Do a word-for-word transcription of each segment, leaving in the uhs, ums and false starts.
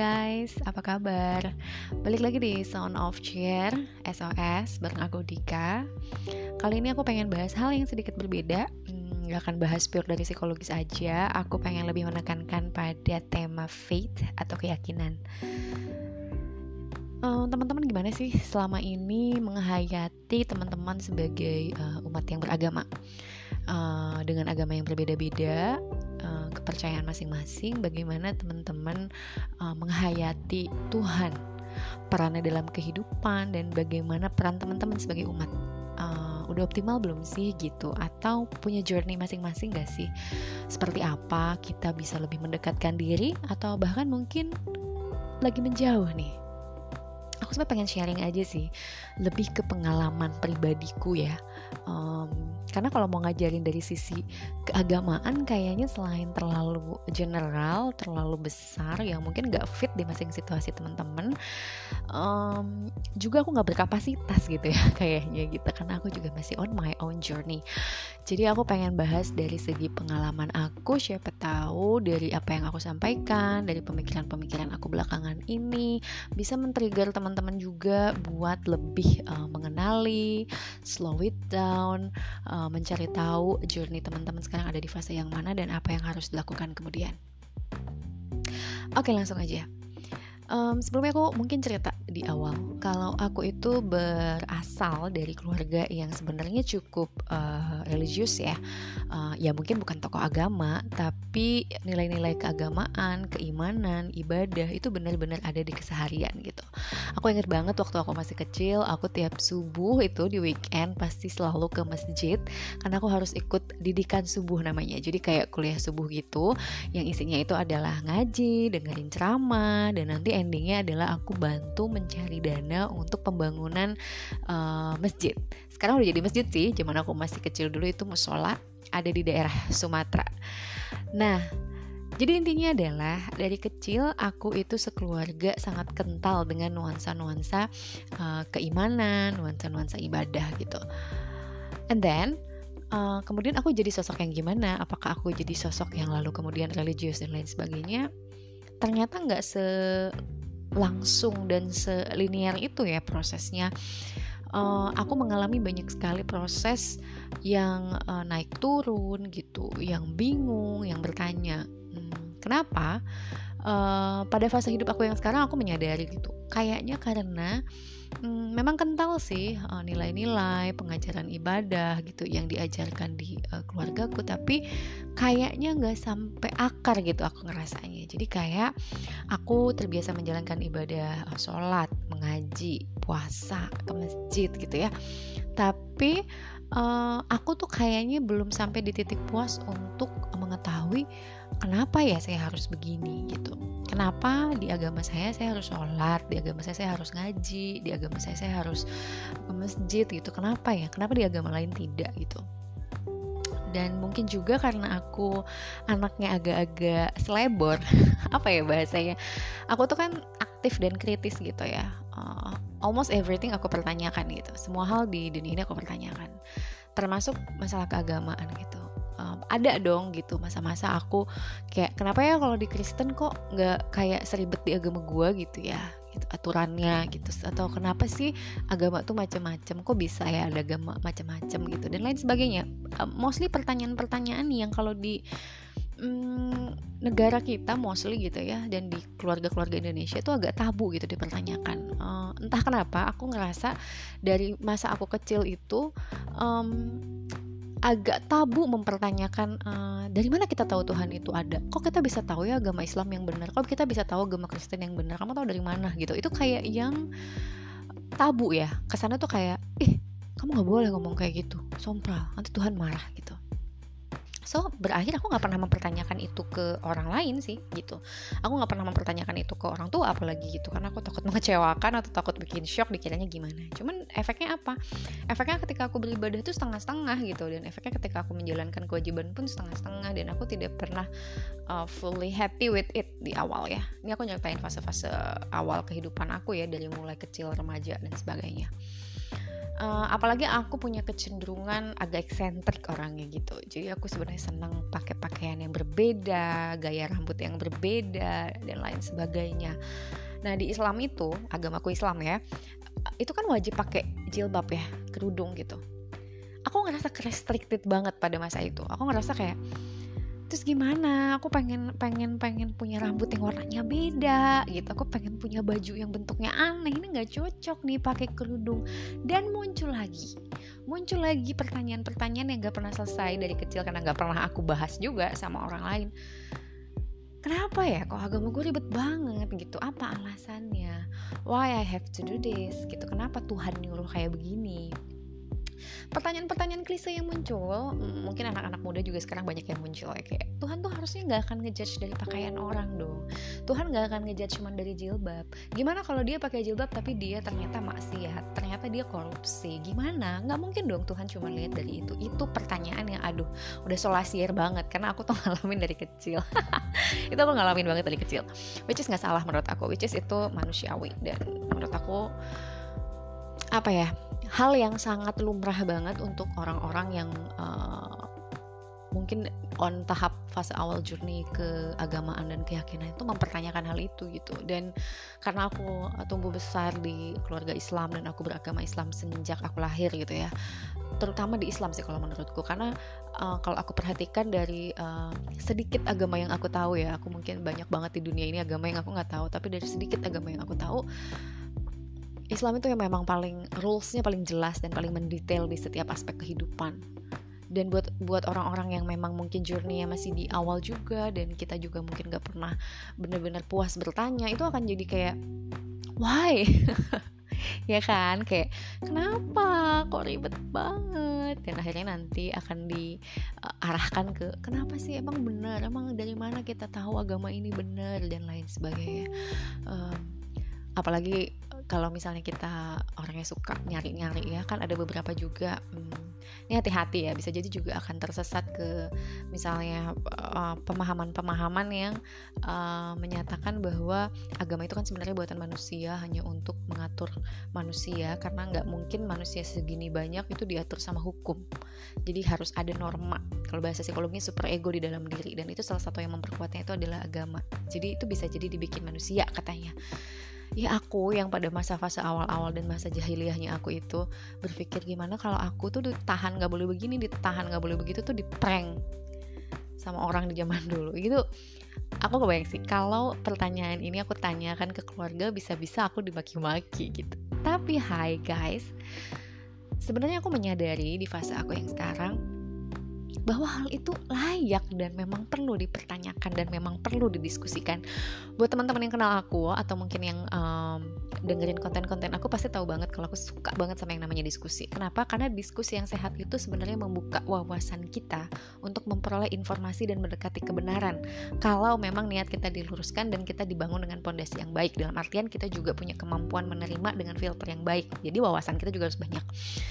guys, apa kabar? Balik lagi di Sound of Cheer S O S bareng aku Dika. Kali ini aku pengen bahas hal yang sedikit berbeda. hmm, Gak akan bahas pure dari psikologis aja. Aku pengen lebih menekankan pada tema faith atau keyakinan. uh, Teman-teman gimana sih selama ini menghayati teman-teman sebagai uh, umat yang beragama, uh, dengan agama yang berbeda-beda, uh, kepercayaan masing-masing? Bagaimana teman-teman uh, menghayati Tuhan, perannya dalam kehidupan, dan bagaimana peran teman-teman sebagai umat? Uh, udah optimal belum sih gitu? Atau punya journey masing-masing gak sih? Seperti apa kita bisa lebih mendekatkan diri, atau bahkan mungkin lagi menjauh nih? Aku sebenarnya pengen sharing aja sih, lebih ke pengalaman pribadiku ya. Um, karena kalau mau ngajarin dari sisi keagamaan, kayaknya selain terlalu general, terlalu besar, yang mungkin gak fit di masing situasi teman-teman, um, juga aku gak berkapasitas gitu ya kayaknya gitu. Karena aku juga masih on my own journey. Jadi aku pengen bahas dari segi pengalaman aku, siapa tahu dari apa yang aku sampaikan, dari pemikiran-pemikiran aku belakangan ini bisa men-trigger teman-teman juga buat lebih uh, mengenali, slow it down, uh, mencari tahu journey teman-teman sekarang ada di fase yang mana dan apa yang harus dilakukan kemudian. Oke, langsung aja. Um, sebelumnya aku mungkin cerita di awal kalau aku itu berasal dari keluarga yang sebenarnya cukup uh, religius ya. Uh, ya mungkin bukan tokoh agama, tapi nilai-nilai keagamaan, keimanan, ibadah itu benar-benar ada di keseharian gitu. Aku ingat banget waktu aku masih kecil, aku tiap subuh itu di weekend pasti selalu ke masjid karena aku harus ikut didikan subuh namanya. Jadi kayak kuliah subuh gitu, yang isinya itu adalah ngaji, dengerin ceramah, dan nanti endingnya adalah aku bantu mencari dana untuk pembangunan uh, masjid. Sekarang udah jadi masjid sih, zaman aku masih kecil dulu itu musola, ada di daerah Sumatera. Nah, jadi intinya adalah dari kecil aku itu sekeluarga sangat kental dengan nuansa-nuansa uh, keimanan, nuansa-nuansa ibadah gitu. And then uh, kemudian aku jadi sosok yang gimana? Apakah aku jadi sosok yang lalu kemudian religius dan lain sebagainya? Ternyata nggak selangsung dan selinier itu ya prosesnya. Uh, aku mengalami banyak sekali proses yang uh, naik turun gitu, yang bingung, yang bertanya, hmm, kenapa? Uh, pada fase hidup aku yang sekarang aku menyadari gitu, kayaknya karena Hmm, memang kental sih uh, nilai-nilai pengajaran ibadah gitu yang diajarkan di uh, keluargaku, tapi kayaknya nggak sampai akar gitu aku ngerasanya. Jadi kayak aku terbiasa menjalankan ibadah, uh, sholat, mengaji, puasa, ke masjid gitu ya. Tapi uh, aku tuh kayaknya belum sampai di titik puas untuk mengetahui kenapa ya saya harus begini gitu. Kenapa di agama saya saya harus sholat, di agama saya saya harus ngaji, di agama saya saya harus ke masjid gitu. Kenapa ya? Kenapa di agama lain tidak gitu? Dan mungkin juga karena aku anaknya agak-agak selebor, apa ya bahasanya? Aku tuh kan aktif dan kritis gitu ya. Uh, almost everything aku pertanyakan gitu. Semua hal di dunia ini aku pertanyakan, termasuk masalah keagamaan gitu. Um, ada dong gitu masa-masa aku kayak kenapa ya kalau di Kristen kok nggak kayak seribet di agama gue gitu ya gitu, aturannya gitu, atau kenapa sih agama tuh macam-macam, kok bisa ya ada agama macam-macam gitu dan lain sebagainya. Um, mostly pertanyaan-pertanyaan yang kalau di um, negara kita mostly gitu ya, dan di keluarga-keluarga Indonesia itu agak tabu gitu dipertanyakan. Uh, entah kenapa aku ngerasa dari masa aku kecil itu um, agak tabu mempertanyakan uh, dari mana kita tahu Tuhan itu ada. Kok kita bisa tahu ya agama Islam yang benar? Kok kita bisa tahu agama Kristen yang benar? Kamu tahu dari mana gitu? Itu kayak yang tabu ya. Kesana tuh kayak, ih kamu nggak boleh ngomong kayak gitu, sompral, nanti Tuhan marah gitu. So berakhir aku nggak pernah mempertanyakan itu ke orang lain sih gitu. Aku nggak pernah mempertanyakan itu ke orang tua apalagi gitu, karena aku takut mengecewakan atau takut bikin shock dikiranya gimana. Cuman efeknya apa? Efeknya ketika aku beribadah itu setengah-setengah gitu, dan efeknya ketika aku menjalankan kewajiban pun setengah-setengah, dan aku tidak pernah uh, fully happy with it di awal ya. Ini aku nyeritain fase-fase awal kehidupan aku ya, dari mulai kecil, remaja dan sebagainya. Uh, apalagi aku punya kecenderungan agak eksentrik orangnya gitu. Jadi aku sebenarnya senang pakai pakaian yang berbeda, gaya rambut yang berbeda dan lain sebagainya. Nah di Islam itu, agamaku Islam ya, itu kan wajib pakai jilbab ya, kerudung gitu. Aku ngerasa restricted banget pada masa itu. Aku ngerasa kayak, terus gimana? Aku pengen pengen pengen punya rambut yang warnanya beda gitu. Aku pengen punya baju yang bentuknya aneh. Ini nggak cocok nih pakai kerudung. Dan muncul lagi, muncul lagi pertanyaan-pertanyaan yang nggak pernah selesai dari kecil karena nggak pernah aku bahas juga sama orang lain. Kenapa ya? Kok agama gue ribet banget gitu? Apa alasannya? Why I have to do this? Gitu. Kenapa Tuhan nyuruh kayak begini? Pertanyaan-pertanyaan klise yang muncul, mungkin anak-anak muda juga sekarang banyak yang muncul ya, kayak Tuhan tuh harusnya nggak akan ngejudge dari pakaian orang dong. Tuhan nggak akan ngejudge cuma dari jilbab. Gimana kalau dia pakai jilbab tapi dia ternyata maksiat, ternyata dia korupsi? Gimana? Nggak mungkin dong Tuhan cuma lihat dari itu. Itu pertanyaan yang aduh udah solasier banget karena aku tuh ngalamin dari kecil. Itu aku ngalamin banget dari kecil. Which is nggak salah menurut aku. Which is itu manusiawi dan menurut aku apa ya? Hal yang sangat lumrah banget untuk orang-orang yang uh, mungkin on tahap fase awal journey keagamaan dan keyakinan itu mempertanyakan hal itu gitu. Dan karena aku uh, tumbuh besar di keluarga Islam dan aku beragama Islam semenjak aku lahir gitu ya, terutama di Islam sih kalau menurutku, karena uh, kalau aku perhatikan dari uh, sedikit agama yang aku tahu ya, aku mungkin banyak banget di dunia ini agama yang aku nggak tahu, tapi dari sedikit agama yang aku tahu, Islam itu yang memang paling rules-nya paling jelas dan paling mendetail di setiap aspek kehidupan. Dan buat buat orang-orang yang memang mungkin journey-nya masih di awal juga dan kita juga mungkin gak pernah benar-benar puas bertanya, itu akan jadi kayak why? Ya kan, kayak kenapa kok ribet banget, dan akhirnya nanti akan diarahkan ke kenapa sih emang benar, emang dari mana kita tahu agama ini benar dan lain sebagainya. um, apalagi kalau misalnya kita orangnya suka nyari-nyari ya, kan ada beberapa juga hmm, ini hati-hati ya, bisa jadi juga akan tersesat ke misalnya uh, pemahaman-pemahaman yang uh, menyatakan bahwa agama itu kan sebenarnya buatan manusia hanya untuk mengatur manusia, karena nggak mungkin manusia segini banyak itu diatur sama hukum, jadi harus ada norma. Kalau bahasa psikologinya super ego di dalam diri, dan itu salah satu yang memperkuatnya itu adalah agama. Jadi itu bisa jadi dibikin manusia katanya. Ya aku yang pada masa fase awal-awal dan masa jahiliyahnya aku itu berpikir gimana kalau aku tuh ditahan gak boleh begini, ditahan gak boleh begitu, tuh diprank sama orang di zaman dulu gitu. Aku kebayang sih kalau pertanyaan ini aku tanyakan ke keluarga, bisa-bisa aku dimaki-maki gitu. Tapi hai guys, sebenarnya aku menyadari di fase aku yang sekarang bahwa hal itu layak dan memang perlu dipertanyakan dan memang perlu didiskusikan. Buat teman-teman yang kenal aku atau mungkin yang um, dengerin konten-konten aku pasti tahu banget kalau aku suka banget sama yang namanya diskusi. Kenapa? Karena diskusi yang sehat itu sebenarnya membuka wawasan kita untuk memperoleh informasi dan mendekati kebenaran. Kalau memang niat kita diluruskan dan kita dibangun dengan pondasi yang baik, dalam artian kita juga punya kemampuan menerima dengan filter yang baik. Jadi wawasan kita juga harus banyak.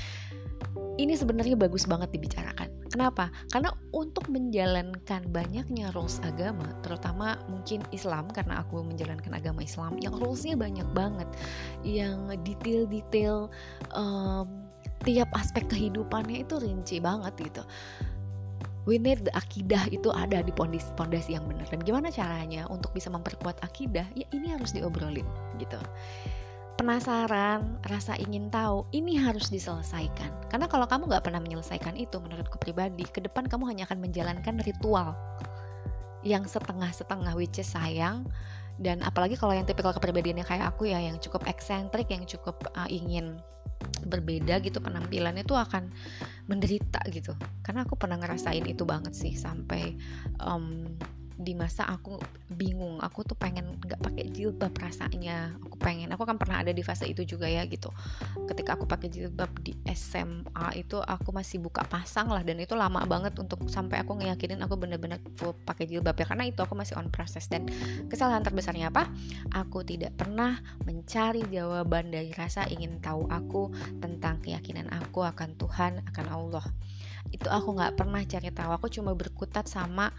Ini sebenarnya bagus banget dibicarakan. Kenapa? Karena untuk menjalankan banyaknya rules agama, terutama mungkin Islam, karena aku menjalankan agama Islam yang rulesnya banyak banget, yang detail-detail um, tiap aspek kehidupannya itu rinci banget gitu. We need the akidah itu ada di pondasi yang benar. Dan gimana caranya untuk bisa memperkuat akidah? Ya ini harus diobrolin gitu. Penasaran, rasa ingin tahu, ini harus diselesaikan. Karena kalau kamu gak pernah menyelesaikan itu, menurutku pribadi, ke depan kamu hanya akan menjalankan ritual yang setengah-setengah, which is sayang. Dan apalagi kalau yang tipikal kepribadiannya kayak aku ya, yang cukup eksentrik, yang cukup uh, ingin berbeda gitu penampilannya, tuh akan menderita gitu. Karena aku pernah ngerasain itu banget sih, sampai um, di masa aku bingung, aku tuh pengen nggak pakai jilbab rasanya, aku pengen, aku kan pernah ada di fase itu juga ya gitu. Ketika aku pakai jilbab di S M A itu aku masih buka pasang lah, dan itu lama banget untuk sampai aku ngeyakinin aku bener-bener full pakai jilbab ya, karena itu aku masih on proses. Dan kesalahan terbesarnya apa? Aku tidak pernah mencari jawaban dari rasa ingin tahu aku tentang keyakinan aku akan Tuhan, akan Allah. Itu aku nggak pernah cari tahu, aku cuma berkutat sama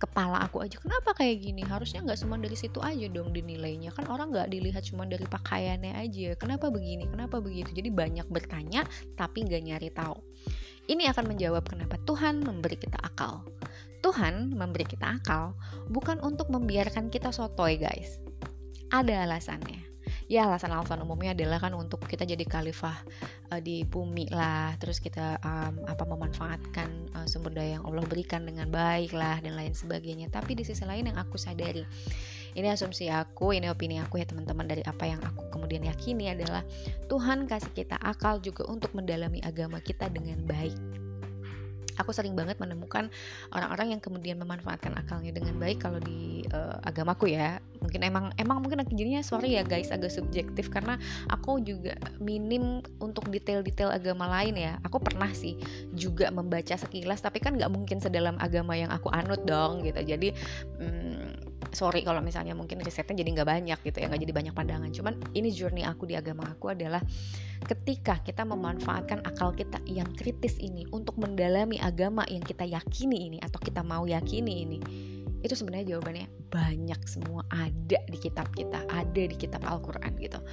kepala aku aja, kenapa kayak gini, harusnya nggak cuma dari situ aja dong dinilainya, kan orang nggak dilihat cuma dari pakaiannya aja, kenapa begini, kenapa begitu. Jadi banyak bertanya tapi nggak nyari tahu. Ini akan menjawab kenapa Tuhan memberi kita akal. Tuhan memberi kita akal bukan untuk membiarkan kita sotoy guys, ada alasannya. Ya alasan-alasan umumnya adalah kan untuk kita jadi khalifah uh, di bumi lah, terus kita um, apa memanfaatkan uh, sumber daya yang Allah berikan dengan baik lah dan lain sebagainya. Tapi di sisi lain yang aku sadari, ini asumsi aku, ini opini aku ya teman-teman, dari apa yang aku kemudian yakini adalah Tuhan kasih kita akal juga untuk mendalami agama kita dengan baik. Aku sering banget menemukan orang-orang yang kemudian memanfaatkan akalnya dengan baik kalau di uh, agamaku ya. Mungkin emang emang mungkin jadinya sorry ya guys agak subjektif karena aku juga minim untuk detail-detail agama lain ya. Aku pernah sih juga membaca sekilas tapi kan nggak mungkin sedalam agama yang aku anut dong gitu. Jadi hmm, sorry kalau misalnya mungkin risetnya jadi nggak banyak gitu ya, nggak jadi banyak pandangan. Cuman ini journey aku di agama aku adalah ketika kita memanfaatkan akal kita yang kritis ini untuk mendalami agama yang kita yakini ini atau kita mau yakini ini, itu sebenarnya jawabannya banyak semua ada di kitab kita, ada di kitab Al-Quran gitu.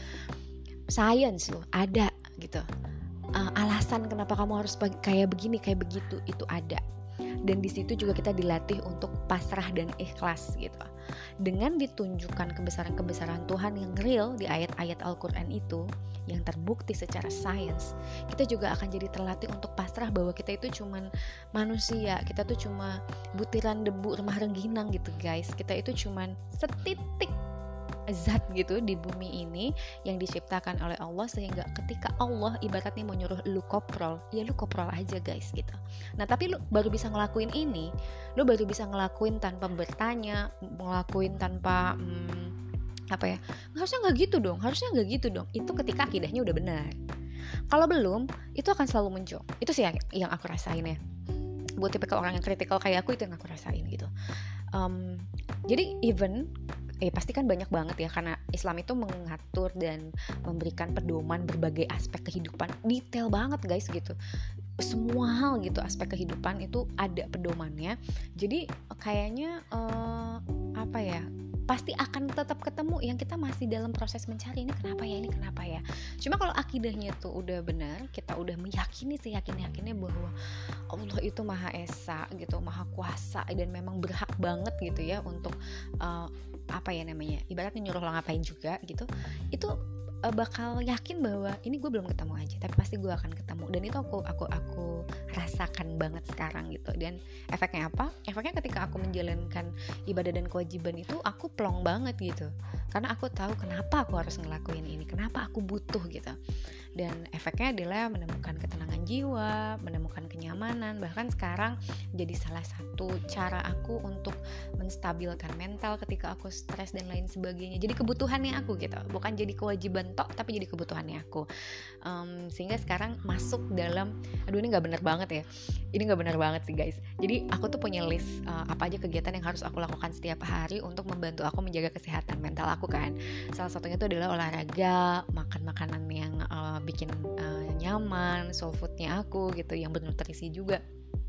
Science loh ada gitu. Uh, alasan kenapa kamu harus kayak begini kayak begitu itu ada. Dan di situ juga kita dilatih untuk pasrah dan ikhlas gitu. Dengan ditunjukkan kebesaran-kebesaran Tuhan yang real di ayat-ayat Al-Quran itu, yang terbukti secara sains, kita juga akan jadi terlatih untuk pasrah bahwa kita itu cuman manusia, kita tuh cuma butiran debu remah rengginang gitu guys. Kita itu cuman setitik zat gitu di bumi ini yang diciptakan oleh Allah, sehingga ketika Allah ibaratnya mau nyuruh lu koprol, ya lu koprol aja guys gitu. Nah tapi lu baru bisa ngelakuin ini, lu baru bisa ngelakuin tanpa bertanya, ngelakuin tanpa hmm, apa ya, harusnya nggak gitu dong, harusnya nggak gitu dong. Itu ketika akidahnya udah benar. Kalau belum, itu akan selalu muncul. Itu sih yang, yang aku rasain ya. Buat tipikal orang yang kritikal kayak aku, itu yang aku rasain gitu. Um, jadi even Eh pasti kan banyak banget ya, karena Islam itu mengatur dan memberikan pedoman berbagai aspek kehidupan, detail banget guys gitu. Semua hal gitu aspek kehidupan itu ada pedomannya. Jadi kayaknya uh, apa ya, pasti akan tetap ketemu yang kita masih dalam proses mencari, ini kenapa ya, ini kenapa ya. Cuma kalau akidahnya tuh udah benar, kita udah meyakini seyakin-yakinnya bahwa Allah itu Maha Esa gitu, Maha Kuasa, dan memang berhak banget gitu ya untuk uh, apa ya namanya, ibaratnya nyuruh lo ngapain juga gitu, itu uh, bakal yakin bahwa ini gue belum ketemu aja, tapi pasti gue akan ketemu. Dan itu aku aku aku rasakan banget sekarang gitu. Dan efeknya apa? Efeknya ketika aku menjalankan ibadah dan kewajiban itu, aku plong banget gitu, karena aku tahu kenapa aku harus ngelakuin ini, kenapa aku butuh gitu. Dan efeknya adalah menemukan ketenangan jiwa, menemukan kenyamanan. Bahkan sekarang jadi salah satu cara aku untuk menstabilkan mental ketika aku stres dan lain sebagainya. Jadi kebutuhannya aku gitu, bukan jadi kewajiban tok, tapi jadi kebutuhannya aku. Um, sehingga sekarang masuk dalam, aduh ini nggak benar banget ya, ini nggak benar banget sih guys. Jadi aku tuh punya list uh, apa aja kegiatan yang harus aku lakukan setiap hari untuk membantu aku menjaga kesehatan mental aku kan. Salah satunya itu adalah olahraga, makan makanan yang uh, bikin uh, nyaman, soul foodnya aku gitu, yang bernutrisi juga.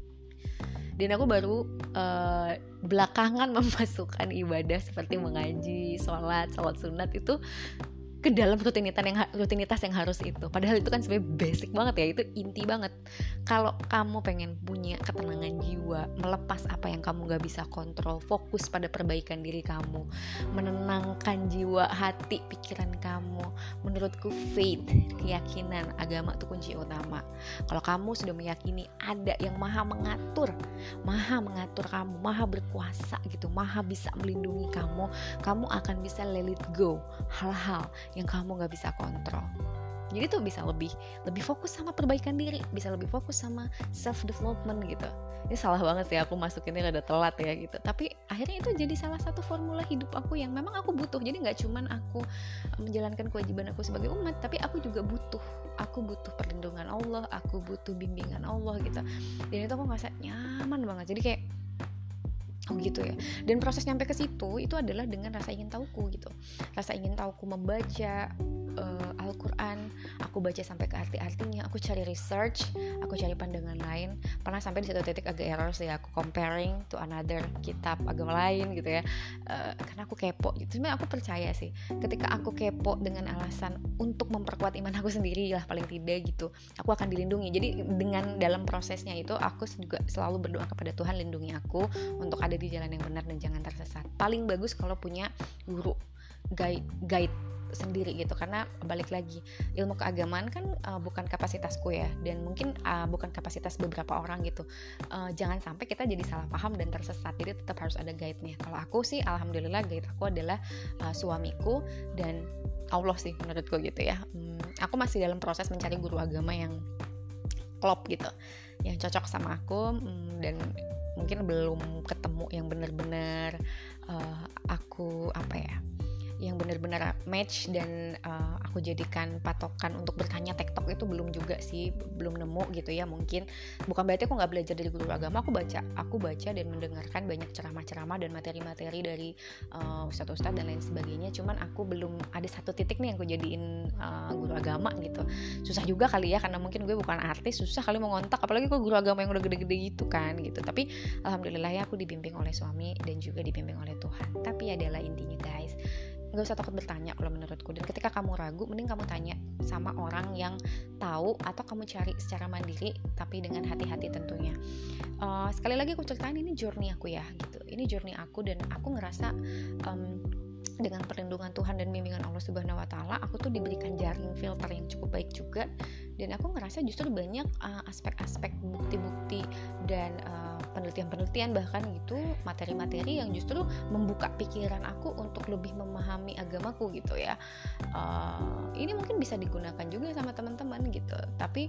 Dan aku baru uh, belakangan memasukkan ibadah seperti mengaji, sholat, sholat sunat itu ke dalam rutinitas yang rutinitas yang harus itu. Padahal itu kan sebenarnya basic banget ya, itu inti banget. Kalau kamu pengen punya ketenangan jiwa, melepas apa yang kamu gak bisa kontrol, fokus pada perbaikan diri kamu, menenangkan jiwa, hati, pikiran kamu, menurutku faith, keyakinan, agama itu kunci utama. Kalau kamu sudah meyakini ada yang maha mengatur, maha mengatur kamu, maha berkuasa gitu, maha bisa melindungi kamu, kamu akan bisa let it go hal-hal yang kamu gak bisa kontrol. Jadi tuh bisa lebih lebih fokus sama perbaikan diri, bisa lebih fokus sama self development gitu. Ini salah banget sih aku masukinnya rada telat ya gitu. Tapi akhirnya itu jadi salah satu formula hidup aku yang memang aku butuh. Jadi nggak cuman aku menjalankan kewajiban aku sebagai umat, tapi aku juga butuh. Aku butuh perlindungan Allah, aku butuh bimbingan Allah gitu. Dan itu aku ngerasa nyaman banget. Jadi kayak Oh gitu ya. Dan proses nyampe ke situ itu adalah dengan rasa ingin tahuku gitu. Rasa ingin tahuku membaca uh, Al-Quran, aku baca sampai ke arti-artinya, aku cari research, aku cari pandangan lain. Pernah sampai di satu titik agak error sih, aku comparing to another kitab agama lain gitu ya. Uh, karena aku kepo gitu. Sebenarnya aku percaya sih, ketika aku kepo dengan alasan untuk memperkuat iman aku sendiri lah paling tidak gitu, aku akan dilindungi. Jadi dengan dalam prosesnya itu aku juga selalu berdoa kepada Tuhan, lindungi aku untuk ada di jalan yang benar dan jangan tersesat. Paling bagus kalau punya guru, guide guide sendiri gitu, karena balik lagi ilmu keagamaan kan uh, bukan kapasitasku ya, dan mungkin uh, bukan kapasitas beberapa orang gitu. Uh, jangan sampai kita jadi salah paham dan tersesat, jadi tetap harus ada guide-nya. Kalau aku sih alhamdulillah guide aku adalah uh, suamiku dan Allah sih menurutku gitu ya. Hmm, aku masih dalam proses mencari guru agama yang klop gitu, yang cocok sama aku, hmm, dan mungkin belum ketemu yang benar-benar uh, aku apa ya, yang benar-benar match dan uh, aku jadikan patokan untuk bertanya TikTok itu belum juga sih, belum nemu gitu ya. Mungkin bukan berarti aku nggak belajar dari guru agama, aku baca, aku baca dan mendengarkan banyak ceramah-ceramah dan materi-materi dari uh, ustadz-ustadz dan lain sebagainya. Cuman aku belum ada satu titik nih yang aku jadiin uh, guru agama gitu. Susah juga kali ya, karena mungkin gue bukan artis, susah kali mau ngontak, apalagi kok guru agama yang udah gede-gede gitu kan gitu. Tapi alhamdulillah ya aku dibimbing oleh suami dan juga dibimbing oleh Tuhan. Tapi adalah intinya guys, nggak usah takut bertanya kalau menurutku. Dan ketika kamu ragu, mending kamu tanya sama orang yang tahu, atau kamu cari secara mandiri tapi dengan hati-hati tentunya. Uh, sekali lagi aku ceritain, ini journey aku ya gitu. Ini journey aku dan aku ngerasa um, dengan perlindungan Tuhan dan bimbingan Allah Subhanahu Wa Taala, aku tuh diberikan jaring filter yang cukup baik juga. Dan aku ngerasa justru banyak uh, aspek-aspek bukti-bukti dan uh, penelitian-penelitian bahkan gitu, materi-materi yang justru membuka pikiran aku untuk lebih memahami agamaku gitu ya. Uh, ini mungkin bisa digunakan juga sama teman-teman gitu. Tapi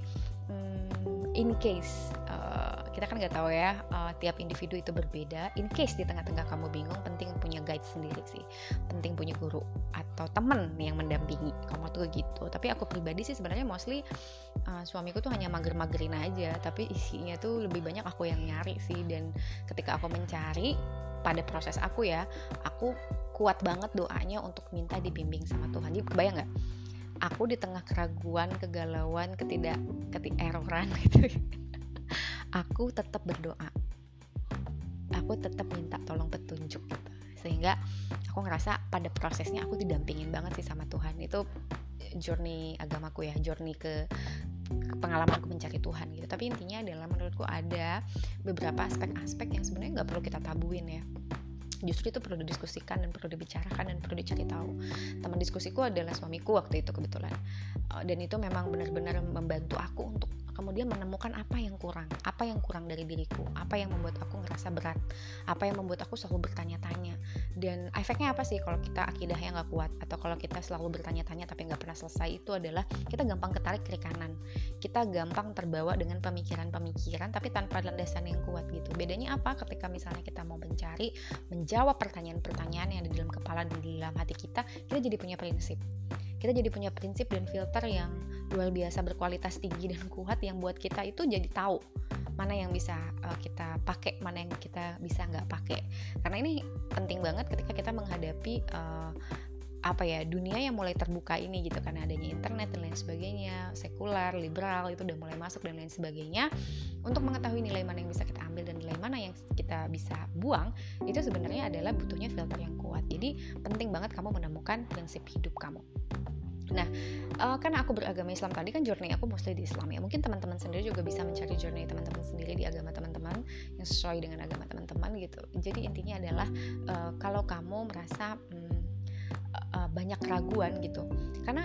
um, in case uh, kita kan nggak tahu ya, uh, tiap individu itu berbeda. In case di tengah-tengah kamu bingung, penting punya guide sendiri sih, penting punya guru atau teman yang mendampingi kamu tuh gitu. Tapi aku pribadi sih sebenarnya mostly uh, suamiku tuh hanya mager-magerin aja, tapi isinya tuh lebih banyak aku yang nyari sih. Dan ketika aku mencari, pada proses aku ya, aku kuat banget doanya untuk minta dibimbing sama Tuhan. Jadi kebayang nggak? Aku di tengah keraguan, kegalauan, ketidak ketidak-eroran gitu, aku tetap berdoa, aku tetap minta tolong petunjuk gitu. Sehingga aku ngerasa pada prosesnya aku didampingin banget sih sama Tuhan. Itu journey agamaku ya, journey ke pengalamanku mencari Tuhan gitu. Tapi intinya adalah menurutku ada beberapa aspek-aspek yang sebenarnya nggak perlu kita tabuin ya. Justru itu perlu didiskusikan dan perlu dibicarakan dan perlu dicari tahu. Teman diskusiku adalah suamiku waktu itu kebetulan, dan itu memang benar-benar membantu aku untuk kemudian menemukan apa yang kurang, apa yang kurang dari diriku, apa yang membuat aku ngerasa berat, apa yang membuat aku selalu bertanya-tanya. Dan efeknya apa sih kalau kita akidahnya nggak kuat, atau kalau kita selalu bertanya-tanya tapi nggak pernah selesai? Itu adalah kita gampang ketarik kiri kanan, kita gampang terbawa dengan pemikiran-pemikiran tapi tanpa landasan yang kuat gitu. Bedanya apa ketika misalnya kita mau mencari, menjawab pertanyaan-pertanyaan yang ada di dalam kepala dan di dalam hati kita, kita jadi punya prinsip. Kita jadi punya prinsip dan filter yang luar biasa berkualitas tinggi dan kuat, yang buat kita itu jadi tahu mana yang bisa uh, kita pakai, mana yang kita bisa nggak pakai. Karena ini penting banget ketika kita menghadapi uh, apa ya, dunia yang mulai terbuka ini gitu, karena adanya internet dan lain sebagainya, sekular, liberal itu udah mulai masuk dan lain sebagainya. Untuk mengetahui nilai mana yang bisa kita ambil dan nilai mana yang kita bisa buang, itu sebenarnya adalah butuhnya filter yang kuat. Jadi penting banget kamu menemukan prinsip hidup kamu. Nah, uh, karena aku beragama Islam tadi kan, journey aku mostly di Islam ya. Mungkin teman-teman sendiri juga bisa mencari journey teman-teman sendiri di agama teman-teman yang sesuai dengan agama teman-teman gitu. Jadi intinya adalah uh, kalau kamu merasa hmm, uh, banyak keraguan gitu, karena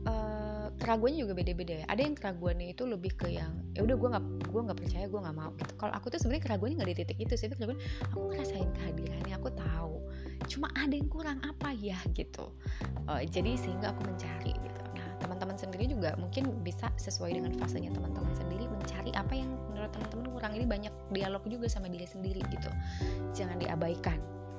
uh, keraguannya juga beda-beda ya. Ada yang keraguannya itu lebih ke yang ya udah gue nggak gue nggak percaya, gue nggak mau gitu. Kalau aku tuh sebenarnya keraguannya nggak di titik itu sih, keraguan aku ngerasain kehadirannya, aku tahu, cuma ada yang kurang apa ya gitu. Uh, jadi sehingga aku mencari gitu. Nah, teman-teman sendiri juga mungkin bisa sesuai dengan fasenya teman-teman sendiri mencari apa yang menurut teman-teman kurang. Ini banyak dialog juga sama diri sendiri gitu, jangan diabaikan.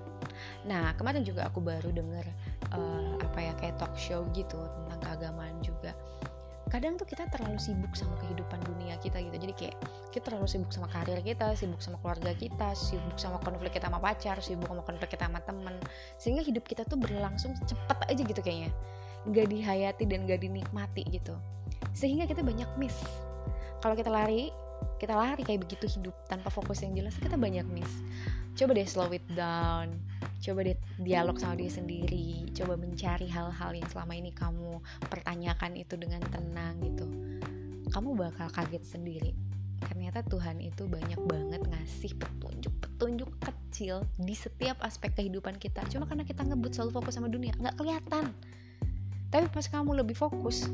Nah, kemarin juga aku baru dengar uh, apa ya, kayak talk show gitu tentang keagamaan juga. kadang tuh kita terlalu sibuk sama kehidupan dunia kita gitu. Jadi kayak kita terlalu sibuk sama karir kita, sibuk sama keluarga kita, sibuk sama konflik kita sama pacar, sibuk sama konflik kita sama temen, sehingga hidup kita tuh berlangsung cepet aja gitu kayaknya, gak dihayati dan gak dinikmati gitu, sehingga kita banyak miss. Kalau kita lari kita lari kayak begitu hidup tanpa fokus yang jelas, kita banyak miss. Coba deh slow it down, coba deh dialog sama diri sendiri, coba mencari hal-hal yang selama ini kamu pertanyakan itu dengan tenang gitu. Kamu bakal kaget sendiri, ternyata Tuhan itu banyak banget ngasih petunjuk-petunjuk kecil di setiap aspek kehidupan kita. Cuma karena kita ngebut selalu fokus sama dunia, gak kelihatan. Tapi pas kamu lebih fokus,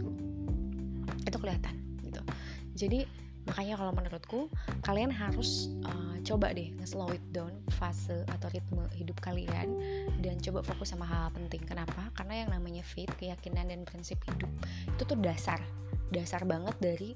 itu kelihatan gitu. Jadi makanya kalau menurutku kalian harus uh, coba deh nge-slow it down fase atau ritme hidup kalian, dan coba fokus sama hal penting. Kenapa? Karena yang namanya faith, keyakinan dan prinsip hidup itu tuh dasar dasar banget dari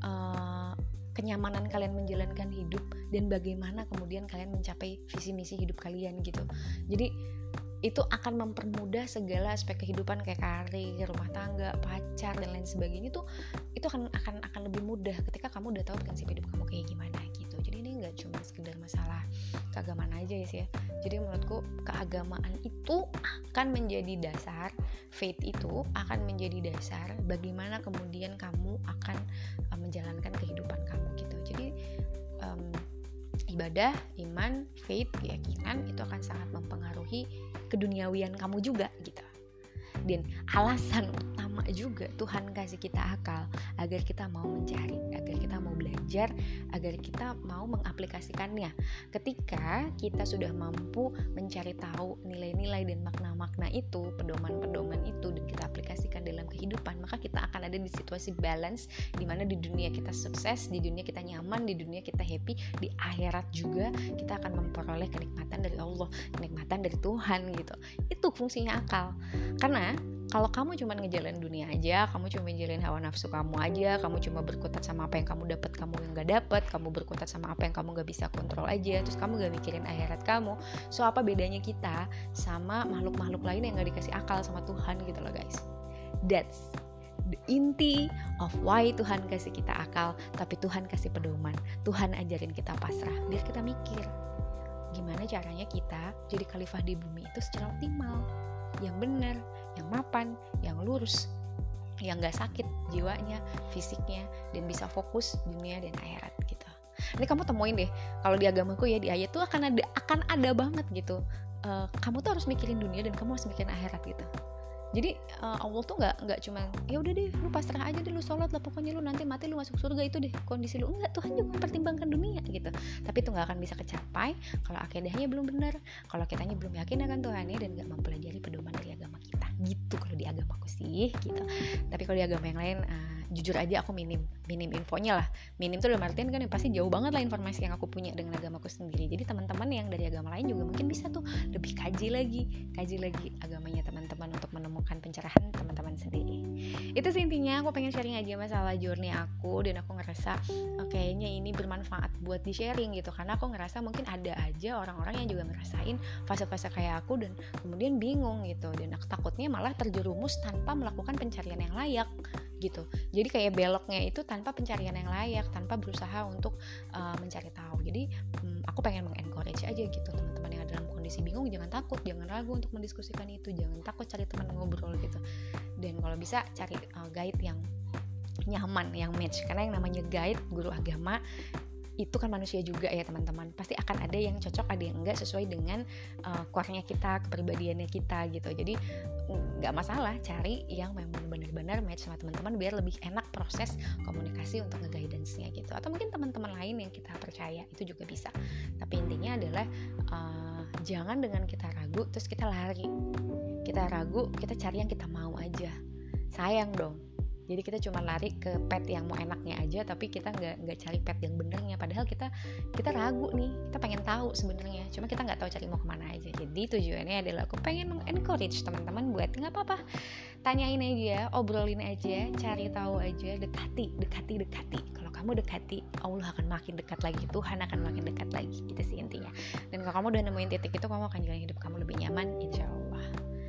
uh, kenyamanan kalian menjalankan hidup dan bagaimana kemudian kalian mencapai visi misi hidup kalian gitu. Jadi itu akan mempermudah segala aspek kehidupan kayak karir, rumah tangga, pacar dan lain sebagainya. Itu itu akan akan akan lebih mudah ketika kamu udah tahu prinsip hidup kamu kayak gimana gitu. Jadi ini nggak cuma sekedar masalah keagamaan aja ya sih ya. Jadi menurutku keagamaan itu akan menjadi dasar, faith itu akan menjadi dasar bagaimana kemudian kamu akan uh, menjalankan kehidupan kamu gitu. Jadi um, ibadah, iman, faith, keyakinan itu akan sangat mempengaruhi keduniawian kamu juga gitu. Dan alasan utama juga Tuhan kasih kita akal agar kita mau mencari, agar kita mau belajar, agar kita mau mengaplikasikannya. Ketika kita sudah mampu mencari tahu nilai-nilai dan makna-makna itu, pedoman-pedoman itu, dan kita aplikasikan dalam kehidupan, maka kita akan ada di situasi balance, di mana di dunia kita sukses, di dunia kita nyaman, di dunia kita happy, di akhirat juga kita akan memperoleh kenikmatan dari Allah, kenikmatan dari Tuhan gitu. Itu fungsinya akal. Karena kalau kamu cuma ngejalanin dunia aja, kamu cuma ngejalanin hawa nafsu kamu aja, kamu cuma berkutat sama apa yang kamu dapat, kamu yang gak dapat, kamu berkutat sama apa yang kamu gak bisa kontrol aja, terus kamu gak mikirin akhirat kamu. So apa bedanya kita sama makhluk-makhluk lain yang gak dikasih akal sama Tuhan gitu loh guys. That's the inti of why Tuhan kasih kita akal, tapi Tuhan kasih pedoman. Tuhan ajarin kita pasrah, biar kita mikir gimana caranya kita jadi khalifah di bumi itu secara optimal, yang benar, yang mapan, yang lurus, yang gak sakit jiwanya, fisiknya, dan bisa fokus dunia dan akhirat gitu. Ini kamu temuin deh, kalau di agamaku ya, di ayat tuh akan ada akan ada banget gitu. Uh, kamu tuh harus mikirin dunia dan kamu harus mikirin akhirat gitu. Jadi uh, Allah tuh nggak nggak cuma ya udah deh lu pasrah aja deh, lu sholat lah pokoknya, lu nanti mati lu masuk surga itu deh kondisi lu. Enggak, Tuhan juga mempertimbangkan dunia gitu. Tapi itu nggak akan bisa kecapai kalau akidahnya belum benar, kalau kitanya belum yakin akan Tuhannya dan nggak mempelajari pedoman dari agama kita gitu. Kalau di agamaku sih gitu. Tapi kalau di agama yang lain uh, jujur aja aku minim minim infonya lah. Minim tuh dalam artian kan yang pasti jauh banget lah informasi yang aku punya dengan agamaku sendiri. Jadi teman-teman yang dari agama lain juga mungkin bisa tuh lebih kaji lagi kaji lagi agamanya teman-teman untuk menemukan pencerahan teman-teman sendiri. Itu sih intinya, aku pengen sharing aja masalah journey aku, dan aku ngerasa oh, kayaknya ini bermanfaat buat di sharing gitu, karena aku ngerasa mungkin ada aja orang-orang yang juga ngerasain fase-fase kayak aku dan kemudian bingung gitu, dan aku takutnya malah terjerumus tanpa melakukan pencarian yang layak gitu. Jadi kayak beloknya itu tanpa pencarian yang layak, tanpa berusaha untuk uh, mencari tahu. Jadi um, aku pengen mengencourage aja gitu teman-teman yang ada dalam kondisi bingung, jangan takut, jangan ragu untuk mendiskusikan itu, jangan takut cari teman ngobrol gitu. Dan kalau bisa cari uh, guide yang nyaman, yang match, karena yang namanya guide guru agama itu kan manusia juga ya teman-teman, pasti akan ada yang cocok, ada yang enggak sesuai dengan uh, core-nya kita, kepribadiannya kita gitu. Jadi nggak masalah cari yang memang benar-benar match sama teman-teman biar lebih enak proses komunikasi untuk nge-guidance-nya gitu. Atau mungkin teman-teman lain yang kita percaya itu juga bisa. Tapi intinya adalah uh, jangan dengan kita ragu terus kita lari. Kita ragu, kita cari yang kita mau aja. Sayang dong. Jadi kita cuma lari ke pet yang mau enaknya aja, tapi kita nggak nggak cari pet yang benernya. Padahal kita kita ragu nih, kita pengen tahu sebenarnya, cuma kita nggak tahu cari mau kemana aja. Jadi tujuannya adalah aku pengen mengencourage teman-teman buat nggak apa-apa, tanyain aja, obrolin aja, cari tahu aja, dekati, dekati, dekati. Kalau kamu dekati, Allah akan makin dekat lagi, Tuhan akan makin dekat lagi. Itu sih intinya. Dan kalau kamu udah nemuin titik itu, kamu akan jalan hidup kamu lebih nyaman, insya Allah.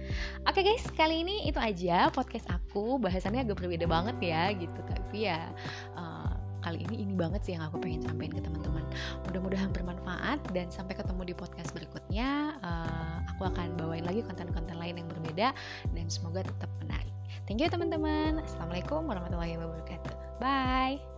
Oke guys, kali ini itu aja podcast aku. Bahasannya agak berbeda banget ya gitu, tapi ya uh, kali ini ini banget sih yang aku pengen sampaikan ke teman-teman. Mudah-mudahan bermanfaat dan sampai ketemu di podcast berikutnya. Uh, aku akan bawain lagi konten-konten lain yang berbeda dan semoga tetap menarik. Thank you teman-teman. Assalamualaikum warahmatullahi wabarakatuh. Bye.